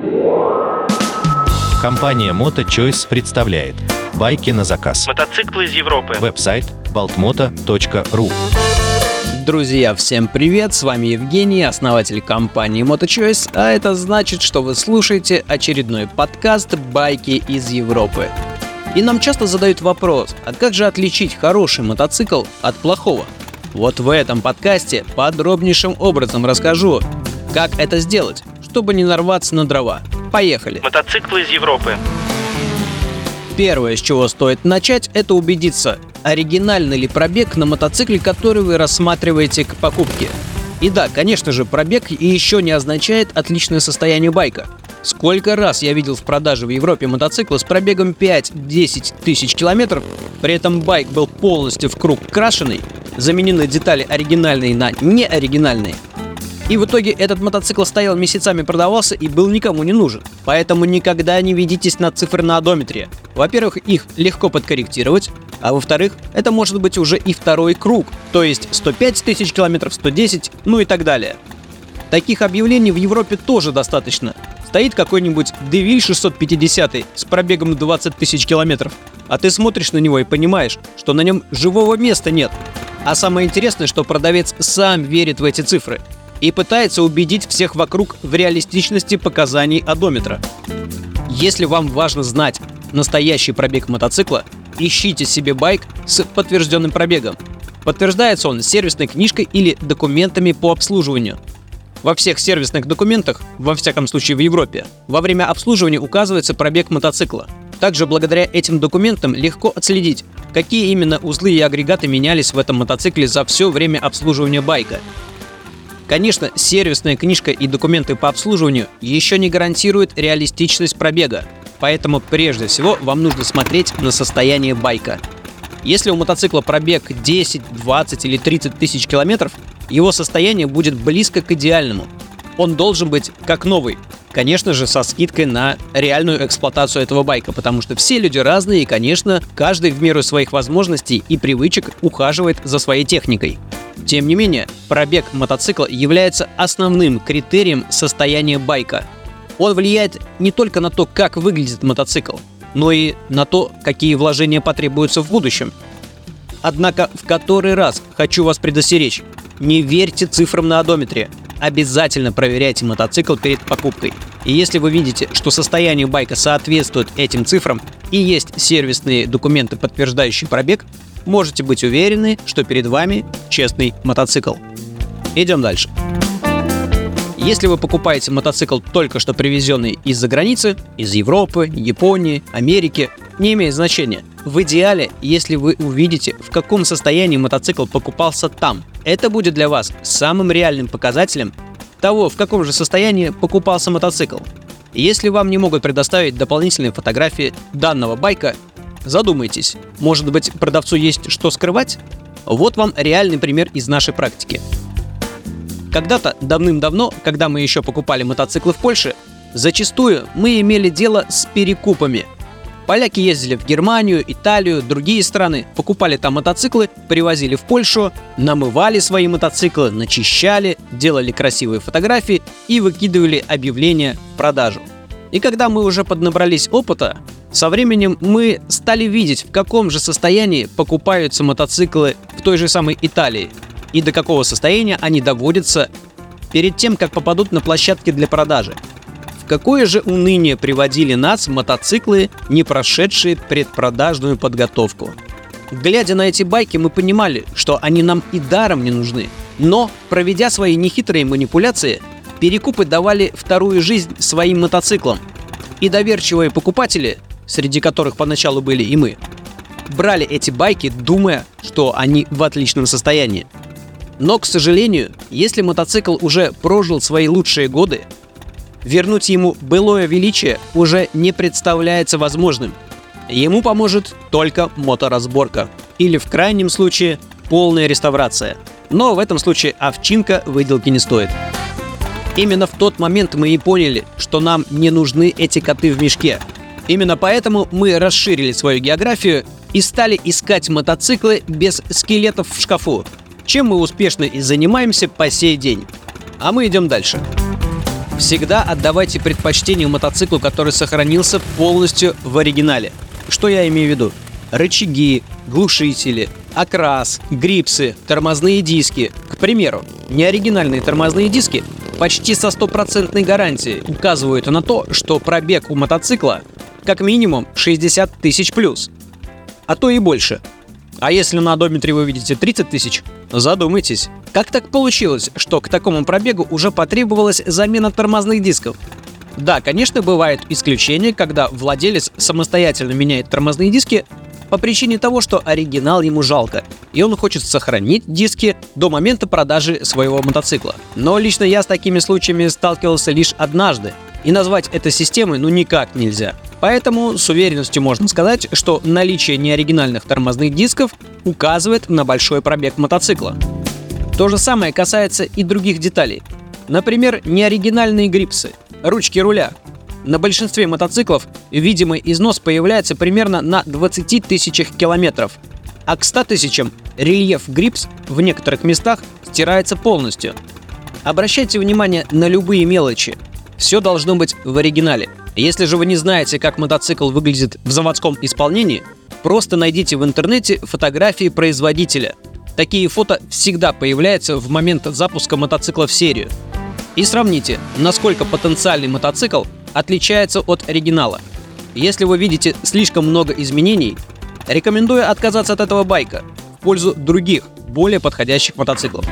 Компания MotoChoice представляет байки на заказ. Мотоциклы из Европы. Веб-сайт baltmoto.ru. Друзья, всем привет! С вами Евгений, основатель компании MotoChoice, а это значит, что вы слушаете очередной подкаст «Байки из Европы». И нам часто задают вопрос, а как же отличить хороший мотоцикл от плохого? Вот в этом подкасте подробнейшим образом расскажу, как это сделать, чтобы не нарваться на дрова. Поехали! Мотоциклы из Европы. Первое, с чего стоит начать, это убедиться, оригинальный ли пробег на мотоцикле, который вы рассматриваете к покупке. И да, конечно же, пробег еще не означает отличное состояние байка. Сколько раз я видел в продаже в Европе мотоциклы с пробегом 5-10 тысяч километров, при этом байк был полностью в круг крашеный, заменены детали оригинальные на неоригинальные. И в итоге этот мотоцикл стоял месяцами, продавался и был никому не нужен. Поэтому никогда не ведитесь на цифры на одометре. Во-первых, их легко подкорректировать, а во-вторых, это может быть уже и второй круг, то есть 105 тысяч километров, 110, ну и так далее. Таких объявлений в Европе тоже достаточно. Стоит какой-нибудь Девиль 650 с пробегом 20 тысяч километров, а ты смотришь на него и понимаешь, что на нем живого места нет. А самое интересное, что продавец сам верит в эти цифры и пытается убедить всех вокруг в реалистичности показаний одометра. Если вам важно знать настоящий пробег мотоцикла, ищите себе байк с подтвержденным пробегом. Подтверждается он сервисной книжкой или документами по обслуживанию. Во всех сервисных документах, во всяком случае в Европе, во время обслуживания указывается пробег мотоцикла. Также благодаря этим документам легко отследить, какие именно узлы и агрегаты менялись в этом мотоцикле за все время обслуживания байка. Конечно, сервисная книжка и документы по обслуживанию еще не гарантируют реалистичность пробега, поэтому прежде всего вам нужно смотреть на состояние байка. Если у мотоцикла пробег 10, 20 или 30 тысяч километров, его состояние будет близко к идеальному. Он должен быть как новый. Конечно же, со скидкой на реальную эксплуатацию этого байка, потому что все люди разные и, конечно, каждый в меру своих возможностей и привычек ухаживает за своей техникой. Тем не менее, пробег мотоцикла является основным критерием состояния байка. Он влияет не только на то, как выглядит мотоцикл, но и на то, какие вложения потребуются в будущем. Однако в который раз хочу вас предостеречь: не верьте цифрам на одометре. Обязательно проверяйте мотоцикл перед покупкой. И если вы видите, что состояние байка соответствует этим цифрам и есть сервисные документы, подтверждающие пробег, можете быть уверены, что перед вами честный мотоцикл. Идем дальше. Если вы покупаете мотоцикл, только что привезенный из-за границы, из Европы, Японии, Америки, не имеет значения. В идеале, если вы увидите, в каком состоянии мотоцикл покупался там, это будет для вас самым реальным показателем того, в каком же состоянии покупался мотоцикл. Если вам не могут предоставить дополнительные фотографии данного байка, задумайтесь, может быть, продавцу есть что скрывать? Вот вам реальный пример из нашей практики. Когда-то, давным-давно, когда мы еще покупали мотоциклы в Польше, зачастую мы имели дело с перекупами. Поляки ездили в Германию, Италию, другие страны, покупали там мотоциклы, привозили в Польшу, намывали свои мотоциклы, начищали, делали красивые фотографии и выкидывали объявления в продажу. И когда мы уже поднабрались опыта, со временем мы стали видеть, в каком же состоянии покупаются мотоциклы в той же самой Италии и до какого состояния они доводятся перед тем, как попадут на площадки для продажи. В какое же уныние приводили нас мотоциклы, не прошедшие предпродажную подготовку. Глядя на эти байки, мы понимали, что они нам и даром не нужны. Но, проведя свои нехитрые манипуляции, перекупы давали вторую жизнь своим мотоциклам. И доверчивые покупатели, среди которых поначалу были и мы, брали эти байки, думая, что они в отличном состоянии. Но, к сожалению, если мотоцикл уже прожил свои лучшие годы, вернуть ему былое величие уже не представляется возможным. Ему поможет только моторазборка или, в крайнем случае, полная реставрация. Но в этом случае овчинка выделки не стоит. Именно в тот момент мы и поняли, что нам не нужны эти коты в мешке. Именно поэтому мы расширили свою географию и стали искать мотоциклы без скелетов в шкафу, чем мы успешно и занимаемся по сей день. А мы идем дальше. Всегда отдавайте предпочтение мотоциклу, который сохранился полностью в оригинале. Что я имею в виду? Рычаги, глушители, окрас, грипсы, тормозные диски. К примеру, неоригинальные тормозные диски почти со стопроцентной гарантией указывают на то, что пробег у мотоцикла как минимум 60 тысяч плюс, а то и больше. А если на одометре вы видите 30 тысяч, задумайтесь, как так получилось, что к такому пробегу уже потребовалась замена тормозных дисков? Да, конечно, бывают исключения, когда владелец самостоятельно меняет тормозные диски по причине того, что оригинал ему жалко, и он хочет сохранить диски до момента продажи своего мотоцикла. Но лично я с такими случаями сталкивался лишь однажды, и назвать это системой никак нельзя. Поэтому с уверенностью можно сказать, что наличие неоригинальных тормозных дисков указывает на большой пробег мотоцикла. То же самое касается и других деталей. Например, неоригинальные грипсы, ручки руля. На большинстве мотоциклов видимый износ появляется примерно на 20 тысячах километров, а к 100 тысячам рельеф грипс в некоторых местах стирается полностью. Обращайте внимание на любые мелочи. Все должно быть в оригинале. Если же вы не знаете, как мотоцикл выглядит в заводском исполнении, просто найдите в интернете фотографии производителя. Такие фото всегда появляются в момент запуска мотоцикла в серию. И сравните, насколько потенциальный мотоцикл отличается от оригинала. Если вы видите слишком много изменений, рекомендую отказаться от этого байка в пользу других, более подходящих мотоциклов.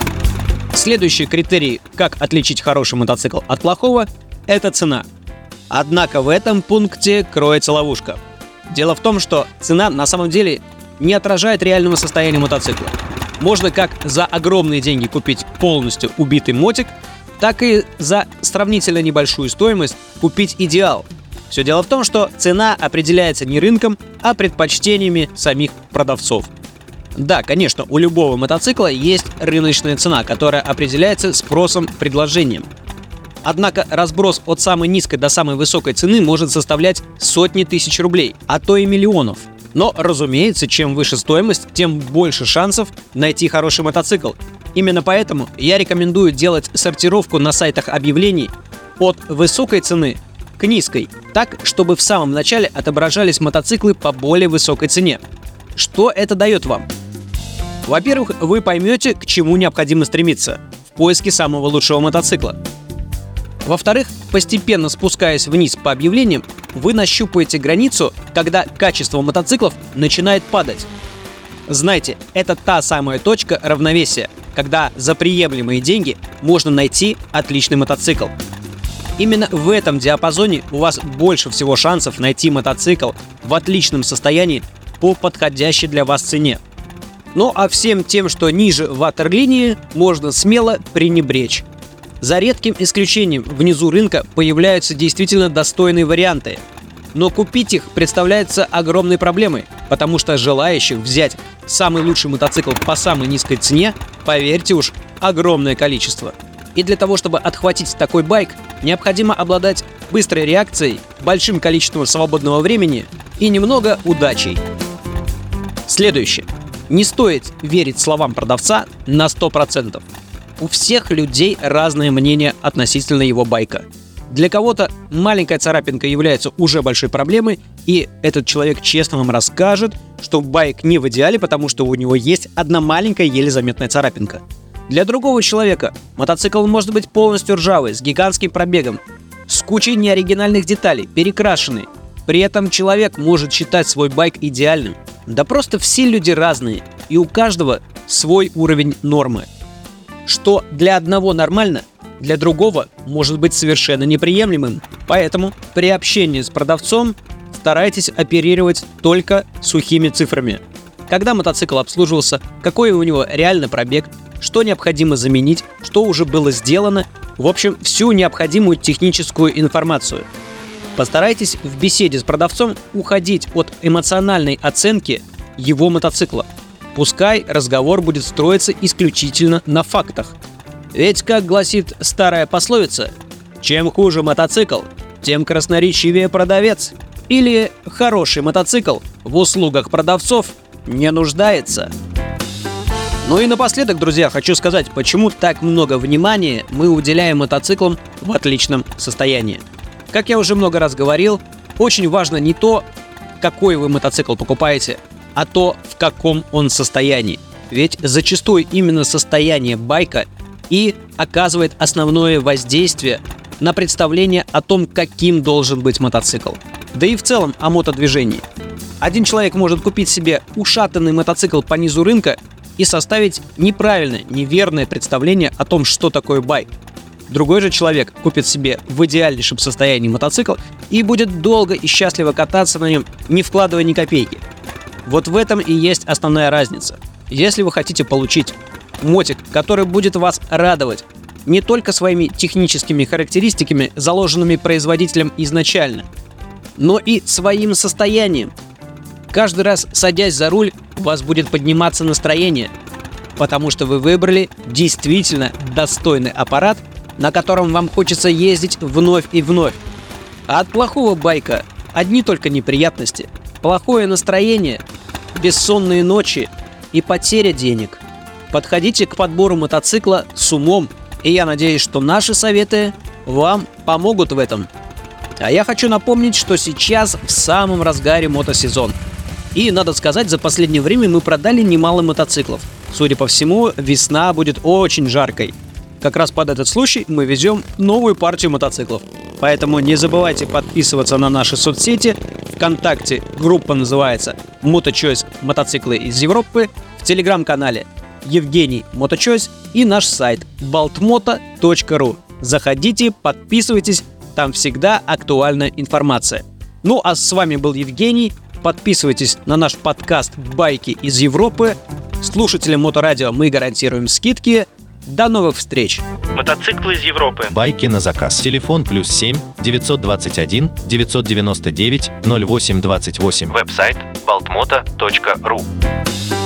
Следующий критерий, как отличить хороший мотоцикл от плохого, это цена. Однако в этом пункте кроется ловушка. Дело в том, что цена на самом деле не отражает реального состояния мотоцикла. Можно как за огромные деньги купить полностью убитый мотик, так и за сравнительно небольшую стоимость купить идеал. Все дело в том, что цена определяется не рынком, а предпочтениями самих продавцов. Да, конечно, у любого мотоцикла есть рыночная цена, которая определяется спросом, предложением. Однако разброс от самой низкой до самой высокой цены может составлять сотни тысяч рублей, а то и миллионов. Но, разумеется, чем выше стоимость, тем больше шансов найти хороший мотоцикл. Именно поэтому я рекомендую делать сортировку на сайтах объявлений от высокой цены к низкой, так, чтобы в самом начале отображались мотоциклы по более высокой цене. Что это дает вам? Во-первых, вы поймете, к чему необходимо стремиться в поиске самого лучшего мотоцикла. Во-вторых, постепенно спускаясь вниз по объявлениям, вы нащупаете границу, когда качество мотоциклов начинает падать. Знайте, это та самая точка равновесия, когда за приемлемые деньги можно найти отличный мотоцикл. Именно в этом диапазоне у вас больше всего шансов найти мотоцикл в отличном состоянии по подходящей для вас цене. Ну а всем тем, что ниже ватерлинии, можно смело пренебречь. За редким исключением внизу рынка появляются действительно достойные варианты. Но купить их представляется огромной проблемой, потому что желающих взять самый лучший мотоцикл по самой низкой цене, поверьте уж, огромное количество. И для того, чтобы отхватить такой байк, необходимо обладать быстрой реакцией, большим количеством свободного времени и немного удачей. Следующее. Не стоит верить словам продавца на 100%. У всех людей разное мнение относительно его байка. Для кого-то маленькая царапинка является уже большой проблемой, и этот человек честно вам расскажет, что байк не в идеале, потому что у него есть одна маленькая, еле заметная царапинка. Для другого человека мотоцикл может быть полностью ржавый, с гигантским пробегом, с кучей неоригинальных деталей, перекрашенный. При этом человек может считать свой байк идеальным. Да просто все люди разные, и у каждого свой уровень нормы. Что для одного нормально, для другого может быть совершенно неприемлемым. Поэтому при общении с продавцом старайтесь оперировать только сухими цифрами. Когда мотоцикл обслуживался, какой у него реально пробег, что необходимо заменить, что уже было сделано, в общем, всю необходимую техническую информацию. Постарайтесь в беседе с продавцом уходить от эмоциональной оценки его мотоцикла. Пускай разговор будет строиться исключительно на фактах. Ведь, как гласит старая пословица, чем хуже мотоцикл, тем красноречивее продавец. Или хороший мотоцикл в услугах продавцов не нуждается. Ну и напоследок, друзья, хочу сказать, почему так много внимания мы уделяем мотоциклам в отличном состоянии. Как я уже много раз говорил, очень важно не то, какой вы мотоцикл покупаете, а то, в каком он состоянии. Ведь зачастую именно состояние байка и оказывает основное воздействие на представление о том, каким должен быть мотоцикл. Да и в целом о мотодвижении. Один человек может купить себе ушатанный мотоцикл по низу рынка и составить неправильное, неверное представление о том, что такое байк. Другой же человек купит себе в идеальнейшем состоянии мотоцикл и будет долго и счастливо кататься на нем, не вкладывая ни копейки. Вот в этом и есть основная разница. Если вы хотите получить мотик, который будет вас радовать не только своими техническими характеристиками, заложенными производителем изначально, но и своим состоянием. Каждый раз, садясь за руль, у вас будет подниматься настроение, потому что вы выбрали действительно достойный аппарат, на котором вам хочется ездить вновь и вновь. А от плохого байка одни только неприятности, плохое настроение, бессонные ночи и потеря денег. Подходите к подбору мотоцикла с умом, и я надеюсь, что наши советы вам помогут в этом. А я хочу напомнить, что сейчас в самом разгаре мотосезон. И, надо сказать, за последнее время мы продали немало мотоциклов. Судя по всему, весна будет очень жаркой. Как раз под этот случай мы везем новую партию мотоциклов. Поэтому не забывайте подписываться на наши соцсети. ВКонтакте группа называется MotoChoice мотоциклы из Европы. В телеграм-канале Евгений MotoChoice и наш сайт baltmoto.ru. Заходите, подписывайтесь, там всегда актуальная информация. Ну а с вами был Евгений. Подписывайтесь на наш подкаст «Байки из Европы». Слушателям Моторадио мы гарантируем скидки. До новых встреч! Мотоциклы из Европы. Байки на заказ. Телефон +7 921 999 0828. Веб-сайт baltmoto.ru.